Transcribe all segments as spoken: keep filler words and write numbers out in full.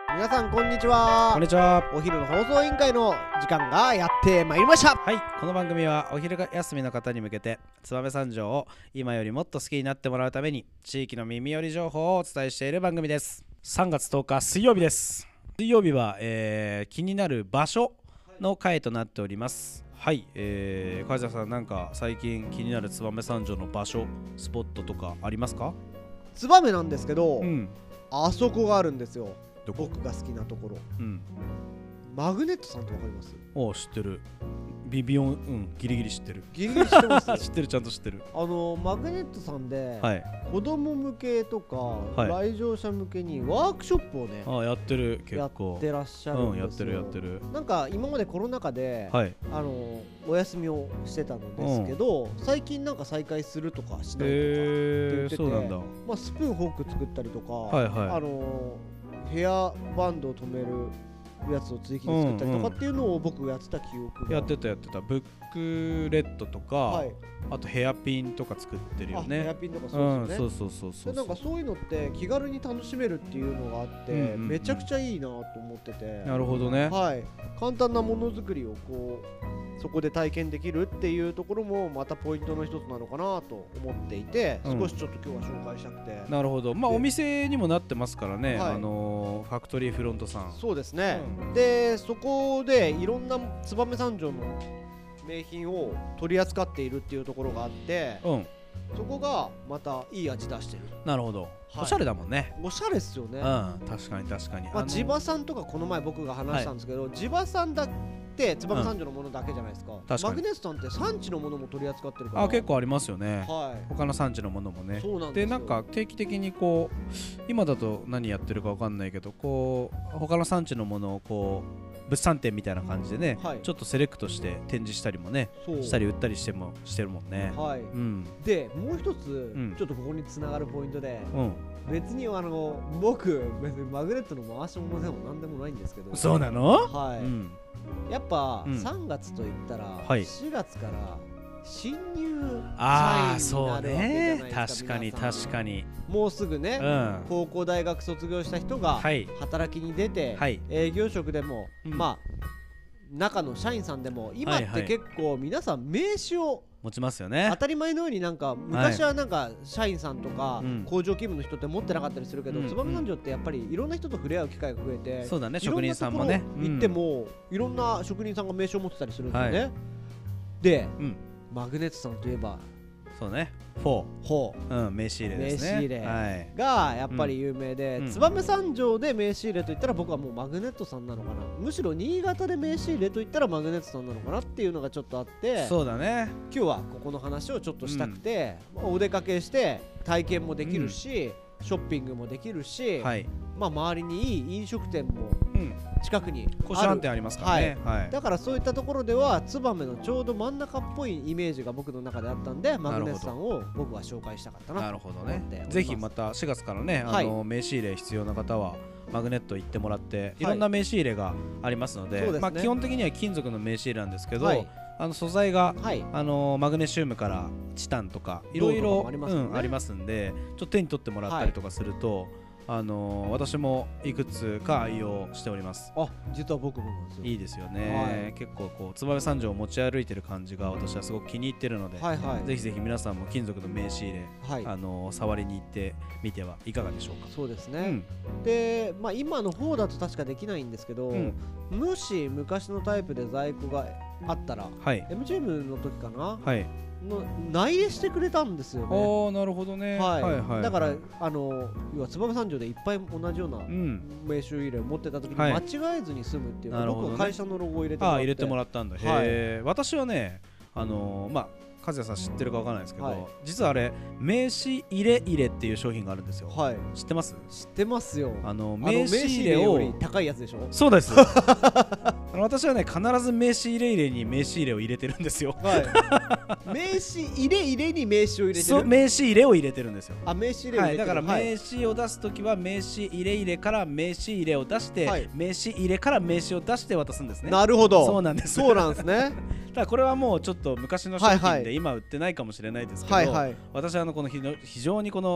皆さんこんにちは。 こんにちは。 お昼の放送委員会の時間がやってまいりました。 はい、この番組はお昼休みの方に向けて燕三条を今よりもっと好きになってもらうために地域の耳寄り情報をお伝えしている番組です。さんがつとおか水曜日です。水曜日は、えー、気になる場所の回となっております。はい、えー、梶田さん、なんか最近気になる燕三条の場所スポットとかありますか？ 燕なんですけど、 うん、 あそこがあるんですよ。 どこ？ 僕が好きなところ、 うん、 マグネットさんってわかります？ お、知ってる。ビビオン、うん、ギリギリ知ってる。 ギリギリ知ってます知ってる、ちゃんと知ってる。 あのマグネットさんで、 はい、 子供向けとか、 はい、 来場者向けにワークショップをね、 あ、やってる。結構やってらっしゃるんですよ。 うん、やってるやってる。 なんか今までコロナ禍で、 はい、 あのお休みをしてたのですけど、最近なんか再開するとかしないとかって言ってて、 えー、そうなんだ。 まあ、スプーンフォーク作ったりとか、 はいはい、 あのヘアバンドを止めるやつを追記で作ったりとかっていうのを僕やってた記憶が、 やってたやってた。ブックレッドとか、はい、あとヘアピンとか作ってるよね。 ヘアピンとかそうですよね、 うん、そうそうそうそう。 でなんかそういうのって気軽に楽しめるっていうのがあって、うんうんうん、めちゃくちゃいいなと思ってて。 なるほどね。 はい、簡単なものづくりをこうそこで体験できるっていうところもまたポイントの一つなのかなと思っていて、うん、少しちょっと今日は紹介したくて。 なるほど。まあお店にもなってますからね、はい、あのー、ファクトリーフロントさん。 そうですね、うん、でそこでいろんな燕三条の名品を取り扱っているっていうところがあって、うん、そこがまたいい味出してる。 なるほど、はい、おしゃれだもんね。 おしゃれっすよね。 うん、確かに確かに。 まあ、地場産とかこの前僕が話したんですけど、はい、地場産だって燕三条のものだけじゃないですか。うん、マグネスさんって産地のものも取り扱ってるから。 あ、結構ありますよね。 はい、 他の産地のものもね。 そうなんですよ。 でなんか定期的にこう今だと何やってるかわかんないけど、こう他の産地のものをこう物産展みたいな感じでね、はい、ちょっとセレクトして展示したりもねしたり売ったりしてもしてるもんね。 はい、うん、でもう一つ、うん、ちょっとここにつながるポイントで、うん、別にあの僕別にマグネットの回し物でもなんでもないんですけど。 そうなの？ はい、うん、やっぱ、うん、さんがつといったら、はい、しがつから新入社員になるわけじゃないですか。 確かに確かに。 もうすぐね、うん、高校大学卒業した人が働きに出て、はい、営業職でも、うん、まあ中の社員さんでも今って結構皆さん名刺を持ちますよね。 当たり前のようになんか昔はなんか社員さんとか工場勤務の人って持ってなかったりするけど、燕三条ってやっぱりいろんな人と触れ合う機会が増えて、 そうだね、職人さんもね行ってもいろんな職人さんが名刺を持ってたりするんですよね。はい、で、うん、マグネットさんといえばそうね、フォー、 フォー、 うん、名刺入れですね。 名刺入れがやっぱり有名で、うん、燕三条で名刺入れといったら僕はもうマグネットさんなのかな、むしろ新潟で名刺入れといったらマグネットさんなのかなっていうのがちょっとあって、 そうだね、 今日はここの話をちょっとしたくて、うん、お出かけして体験もできるし、うん、ショッピングもできるし、はい、まあ周りにいい飲食店も近くにある、 コシャン店ありますからね、 はいはい、だからそういったところでは燕のちょうど真ん中っぽいイメージが僕の中であったんで、マグネットさんを僕は紹介したかったなと思っております。なるほどね。 ぜひまたしがつからね、あの、はい、名刺入れ必要な方はマグネット行ってもらって、いろんな名刺入れがありますので、はい、まあ、基本的には金属の名刺入れなんですけど、はい、あの素材が、はい、あのマグネシウムからチタンとかいろいろありますんで、ちょっと手に取ってもらったりとかすると、はい、あのー、私もいくつか愛用しております。 あ、実は僕もなんですよ。 いいですよね、はい、結構こう燕三条を持ち歩いてる感じが私はすごく気に入ってるので、はいはい、ぜひぜひ皆さんも金属の名刺入れ、はい、あのー、触りに行ってみてはいかがでしょうか。 そうですね、うん、で、まあ、今の方だと確かできないんですけど、うん、もし昔のタイプで在庫があったら、はい、エムジェーエム の時かな、はい、の内入れしてくれたんですよね。 ああ、なるほどね。 はいはいはい、だからあの要は燕三条でいっぱい同じような名刺入れを持ってた時に間違えずに済むっていうのを、僕は会社のロゴを入れてもらって、 あ、入れてもらったんだ。へえ、私はね、あのー、まあ和也さん知ってるかわからないですけど、はい、実はあれ名刺入れ入れっていう商品があるんですよ。はい、知ってます？ 知ってますよ。 あの名刺入れを高いやつでしょ。 そうです。私はね、必ず名刺入れ入れに名刺入れを入れてるんですよ。 はい、名刺入れ入れに名刺を入れてる。 そう、名刺入れを入れてるんですよ。 あ、名刺入れを入れてる。 はい、だから名刺を出すときは名刺入れ入れから名刺入れを出して、はい、名刺入れから名刺を出して渡すんですね。 なるほど。そうなんです。 そうなんですね。 ただこれはもうちょっと昔の商品で今売ってないかもしれないですけど、はいはい、私はあのこの非常にこの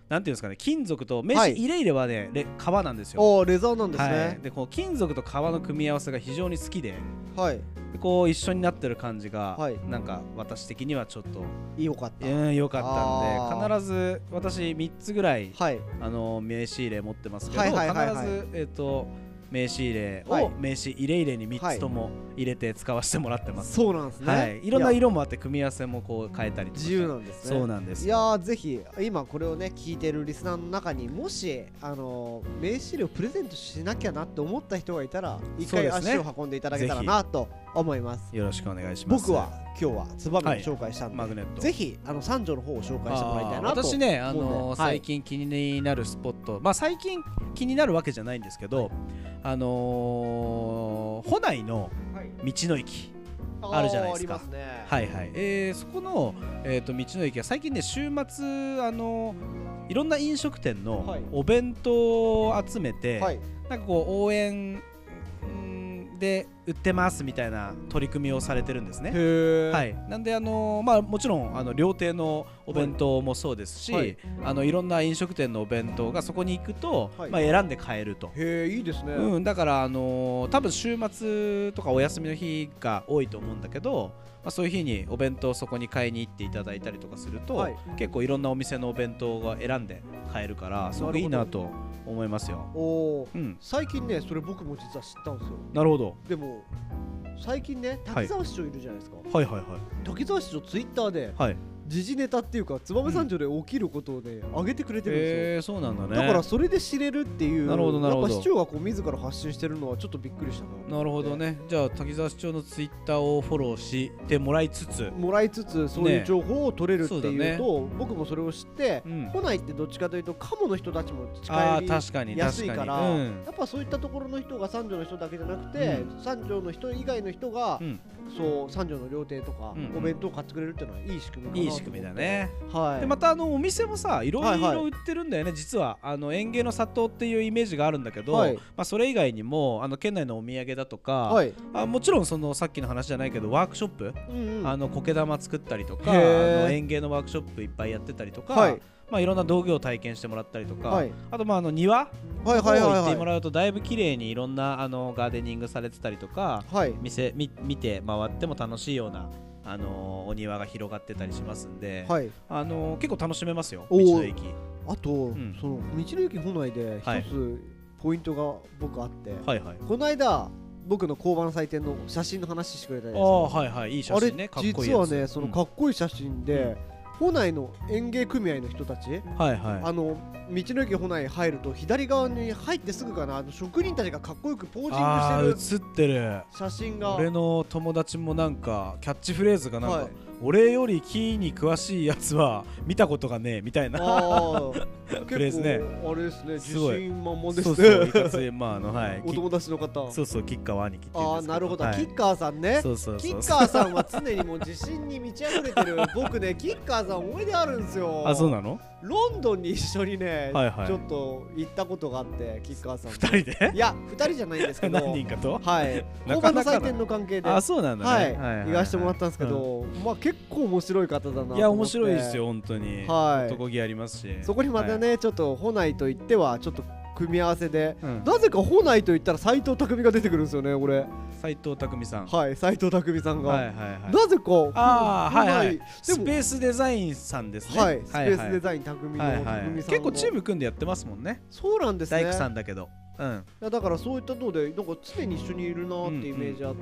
なんていうんですかね、金属と名刺入れ入れはね、レ革なんですよ。 おー、レザーなんですね。 はい、でこう金属と革の組み合わせが非常に好きで、 はい、 でこう一緒になってる感じが、 はい、 なんか私的にはちょっと良かった。 うん、良かったんで、必ず私みっつぐらい、 はい、 あの名刺入れ持ってますけど、 はいはいはいはい、 必ずえっ、ー、と名刺入れを、 はい、 名刺入れ入れにみっつとも入れて使わせてもらってます。 そうなんですね。 はい、いろんな色もあって組み合わせもこう変えたりとか自由なんですね。 そうなんです。 いやー、ぜひ今これをね聞いてるリスナーの中にもしあのー、名刺入れをプレゼントしなきゃなって思った人がいたら一回足を運んでいただけたらなと思います。 よろしくお願いします。 僕は今日はツバメを紹介したんで、 はい、マグネットぜひあの三条の方を紹介してもらいたいなと。 私ね、あのーはい、最近気になるスポット、まあ最近気になるわけじゃないんですけど、はい、あのー、保内の道の駅、はい、あるじゃないですか。ありますね。はいはい。えー、そこの、えー、と道の駅は最近ね、週末あのー、いろんな飲食店のお弁当を集めて、はい、なんかこう応援で売ってますみたいな取り組みをされてるんですね。はい、なんであのー、まあもちろんあの料亭のお弁当もそうですし、はい、あのいろんな飲食店のお弁当がそこに行くと、はい、まあ選んで買えると。 へー、いいですね。 うん、だからあのー、多分週末とかお休みの日が多いと思うんだけど、まあ、そういう日にお弁当をそこに買いに行っていただいたりとかすると、はい、結構いろんなお店のお弁当が選んで買えるからすごくいいなと思いますよ。 お、うん、最近ねそれ僕も実は知ったんですよ。 なるほど。 でも最近ね滝沢市長いるじゃないですか。 はいはいはい。 滝沢市長ツイッターで、はい、時事ネタっていうか燕三条で起きることをね上げてくれてるんですよ。 えー、そうなんだね。 だからそれで知れるっていう。 なるほどなるほど。 やっぱ市長がこう自ら発信してるのはちょっとびっくりしたな。 なるほどね。じゃあ滝沢市長のツイッターをフォローしてもらいつつもらいつつそういう情報を取れるっていうと、 ね、 僕もそれを知って、うん、来ないってどっちかというとカモの人たちも近寄りやすいから、うん、やっぱそういったところの人が三条の人だけじゃなくて、うん、三条の人以外の人が、うん、そう三条の料亭とか、うん、お弁当を買ってくれるっていうのはいい仕組みかなと。 いい仕組みだね。 はい、 でまたあのお店もさいろいろ売ってるんだよね、はいはい、実はあの園芸の里っていうイメージがあるんだけど、はい、まあ、それ以外にもあの県内のお土産だとか、はい、あもちろんそのさっきの話じゃないけどワークショップ、うんうん、あの苔玉作ったりとかあの園芸のワークショップいっぱいやってたりとか、はい、まあ、いろんな道具を体験してもらったりとか、はい、あとまああの庭を行ってもらうとだいぶ綺麗にいろんなあのガーデニングされてたりとか、はい、店み見て回っても楽しいようなあのー、お庭が広がってたりしますんで、はい、あのー、結構楽しめますよ道の駅。 あと、うん、その道の駅本内で一つポイントが僕あって、はいはい、この間僕の交番祭典の写真の話してくれたじゃないですか。あ、はいはい、いい写真ね。かっこいいやつ。実はねそのかっこいい写真で、うん、保内の園芸組合の人たち、はいはい、あの道の駅保内入ると左側に入ってすぐかな、あの職人たちがかっこよくポージングしてる写ってる写真が。 俺の友達もなんかキャッチフレーズがなんか、はい、俺より木に詳しいやつは見たことがねえみたいなフレーズね。 あれですね、自信満々ですね。 そうそう、いかつい、まああの、はい、 お友達の方。 そうそう、吉川兄貴っていうんですけど。 ああ、なるほど、はい、吉川さんね。そうそうそう、吉川さんは常にもう自信に満ち溢れてる。僕ね、吉川さん思い出あるんですよ。 あ、そうなの？ ロンドンに一緒にね、はいはい、ちょっと行ったことがあって、吉川さん。 二人で？ いや、二人じゃないんですけど。 何人かと？ はい。交番の祭典の関係で。 あ、そうなんだね。 はい。行かしてもらったんですけど、まあ結構面白い方だな。 いや、面白いですよ、本当に。はい。男気ありますし。 そこにまたね、ちょっと保内といってはちょっと組み合わせで、なぜか保内といったら斎藤匠が出てくるんですよね、俺。 斎藤匠さん。 はい、斎藤匠さんが。はいはいはい。なぜか、 ああ、はいはい。スペースデザインさんですね。 はい、スペースデザイン匠の匠さん。 結構チーム組んでやってますもんね。 そうなんですね。 大工さんだけど。うん。 だからそういったので、なんか常に一緒にいるなってイメージあって。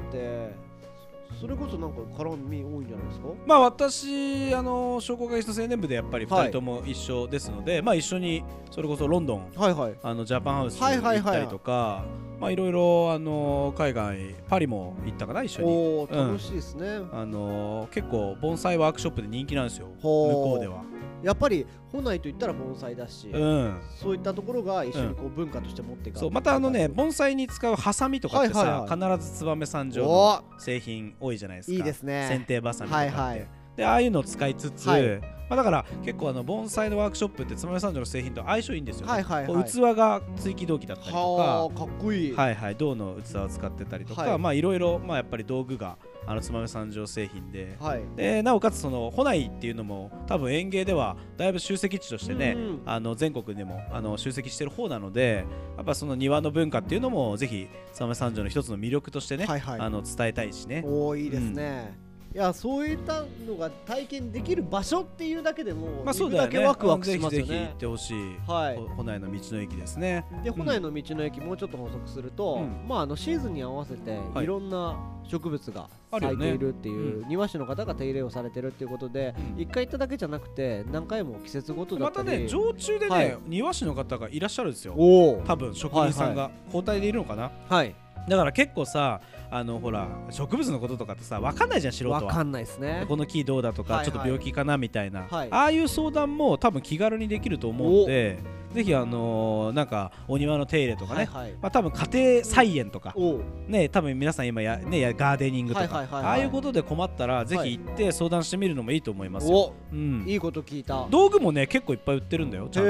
それこそなんか絡み多いんじゃないですか。 まあ私あの商工会議所青年部でやっぱりふたりとも一緒ですので、はい、まあ一緒にそれこそロンドン、はいはい、あのジャパンハウス行ったりとか、はいはいはい、まあいろいろあの海外パリも行ったかな一緒に。 おー、楽しいですね、うん、 あの結構盆栽ワークショップで人気なんですよ、向こうでは。 やっぱり本来といったら盆栽だし、うん、そういったところが一緒にこう文化として持っていく、うん、 そうまたあのね盆栽に使うハサミとかってさ、はいはいはい、必ず燕三条の製品多いじゃないですか。 いいですね。 剪定バサミとかって、はいはい、 でああいうのを使いつつ、 はい、 まあ、だから結構あの盆栽のワークショップってつまめ三条の製品と相性いいんですよね。 はいはいはい、 器が追記銅器だったりとか、 かっこいい、 はいはい、銅の器を使ってたりとか、 はい、 まあいろいろ、まあ、やっぱり道具があのつまめ三条製品で、 はい、 でなおかつその保内っていうのも多分園芸ではだいぶ集積地としてね、うん、あの全国でもあの集積してる方なので、やっぱその庭の文化っていうのもぜひつまめ三条の一つの魅力としてね、はいはい、あの伝えたいしね。 おー、いいですね、うん、いや、そういったのが体験できる場所っていうだけでも、 まあそうだよね、 だけワクワクしますよね。 ぜひぜひ行ってほしい、はい、保内の道の駅ですね。 で、保内の道の駅もうちょっと補足すると、うん、まああのシーズンに合わせていろんな植物が咲いているっていう、ね、うん、庭師の方が手入れをされてるっていうことで、うん、いっかい行っただけじゃなくて何回も季節ごとだったり、 またね、常駐でね、はい、庭師の方がいらっしゃるんですよ。多分職人さんが交代でいるのかな。はい、だから結構さ、あのほら植物のこととかってさ分かんないじゃん、素人は。 分かんないですね。 この木どうだとか、はいはい、ちょっと病気かなみたいな、はい、ああいう相談も多分気軽にできると思うので、ぜひあのー、なんかお庭の手入れとかね、はいはい、まあ、多分家庭菜園とか、うん、ね、多分皆さん今や、ね、やガーデニングとか、はいはいはいはい、ああいうことで困ったらぜひ行って相談してみるのもいいと思いますよ。 うん、いいこと聞いた。 道具もね結構いっぱい売ってるんだよ、ちゃんと。うん、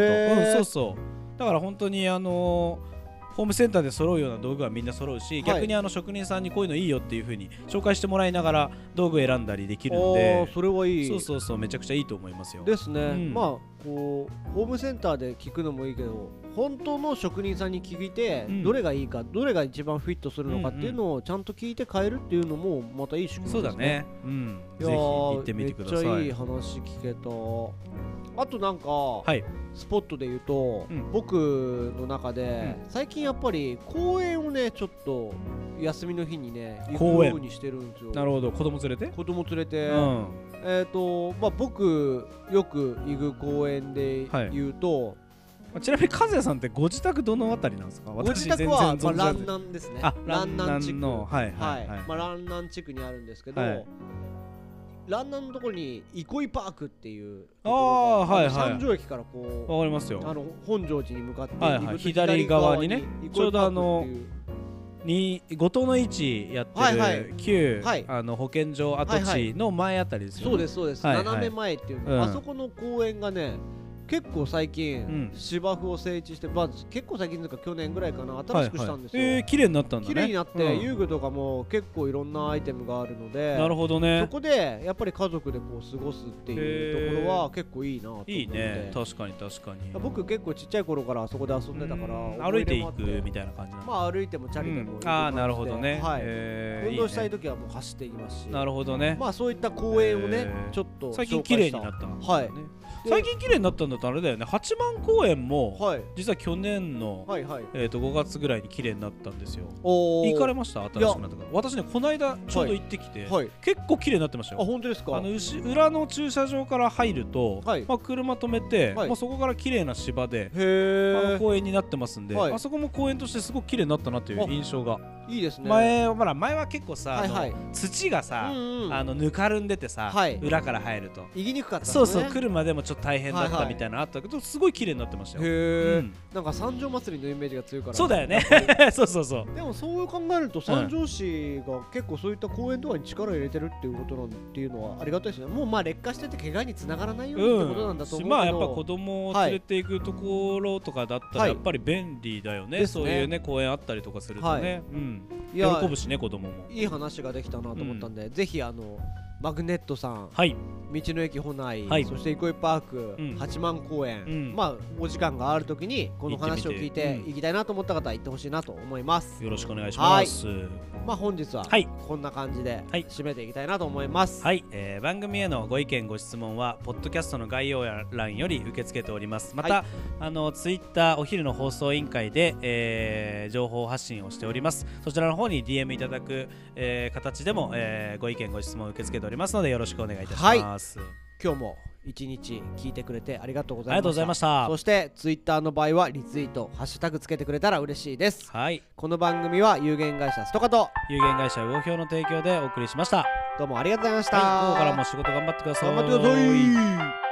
そうそう。だから本当にあのーホームセンターで揃うような道具はみんな揃うし、はい、逆にあの職人さんにこういうのいいよっていう風に紹介してもらいながら道具選んだりできるんで、 それはいい。 そうそうそう、めちゃくちゃいいと思いますよ。 ですね、うん、まあこうホームセンターで聞くのもいいけど、本当の職人さんに聞いて、うん、どれがいいか、どれが一番フィットするのかっていうのをちゃんと聞いて変えるっていうのもまたいい仕組みですね。 そうだね、うん、ぜひ行ってみてください。 めっちゃいい話聞けた。あとなんか、はい、スポットで言うと、うん、僕の中で、うん、最近やっぱり公園をねちょっと休みの日にね行くようにしてるんですよ。 なるほど、子供連れて子供連れて、うん、えっとまあ僕よく行く公園で言うと、はい、 ちなみに和也さんってご自宅どのあたりなんですか？ ご自宅はまあ蘭南ですね。 あ、蘭南地区の、はいはいはい、まあ蘭南地区にあるんですけど、はい、蘭南のところに憩いパークっていうところが、あ、はいはい、三条駅からこう、 わかりますよ、 あの本庄寺に向かって、 はいはい、左側にね、ちょうどあのに後藤の位置やってる、はいはい、旧、はい、あの保健所跡地の前あたりですよね。 そうですそうです、はいはい、斜め前っていうの、うん、あそこの公園がね結構最近、うん、芝生を整地して、まあ、結構最近というか去年ぐらいかな、新しくしたんですよ。 はいはい、えー、綺麗になったんだね。 綺麗になって、うん、遊具とかも結構いろんなアイテムがあるので、 なるほどね。 そこでやっぱり家族でこう過ごすっていうところは結構いいなと思って。いいね、 確かに確かに。 僕結構ちっちゃい頃からあそこで遊んでたから、 歩いていくみたいな感じなの。 まあ歩いてもチャリでも、うん、 ああなるほどね、 はい、運動したい時はもう走っていきますし。 なるほどね。 まあそういった公園をねちょっと最近綺麗になったんですね。はい。最近綺麗になったんだとあれだよね、八幡公園も、はい、実は去年の、はいはい、えー、とごがつぐらいに綺麗になったんですよ。行かれました？新しくなったから。私ねこの間ちょうど行ってきて、はい、結構綺麗になってましたよ。 あ、本当ですか？ あの裏の駐車場から入ると、はい、まあ、車止めて、はい、まあ、そこから綺麗な芝であの公園になってますんで、はい、あそこも公園としてすごく綺麗になったなという印象が。 いいですね。 前ほら前は結構さ、はいはい、土がさ、うんうん、あのぬかるんでてさ、はい、裏から入ると行きにくかったですね。そうそう、来るまでもちょっと大変だったみたいなのあったけど、すごい綺麗になってましたよ。 へえ、うん、なんか三条祭りのイメージが強いから。 そうだよねそうそうそう。 でもそう考えると三条市が結構そういった公園とかに力を入れてるっていうことなんていうのはありがたいですね。もうまあ劣化してて怪我につながらないようにってことなんだと思うけど、うん、 まあやっぱ子供を連れていくところとかだったらやっぱり便利だよね、はい、そういうね公園あったりとかするとね、はい、うん、喜ぶしね子供も。 いい話ができたなと思ったんで、うん、ぜひあのマグネットさん、 はい、 道の駅保内、はい、そして憩いパーク、うん、八幡公園、うん、まあお時間があるときにこの話を聞いて行きたいなと思った方は行ってほしいなと思います。 よろしくお願いします。 まあ本日はこんな感じで締めていきたいなと思います。 はい、えー、番組へのご意見ご質問はポッドキャストの概要欄より受け付けております。また、はい、あのツイッターお昼の放送委員会で、えー、情報発信をしております。そちらの方に ディーエム いただく、えー、形でも、えー、ご意見ご質問を受け付けておりますのでよろしくお願いいたします。はい、 今日も一日聞いてくれてありがとうございました。 ありがとうございました。 そしてツイッターの場合はリツイートハッシュタグつけてくれたら嬉しいです。 はい、 この番組は有限会社ストカと有限会社魚評の提供でお送りしました。 どうもありがとうございました。 はい、午後からも仕事頑張ってください。 頑張ってください。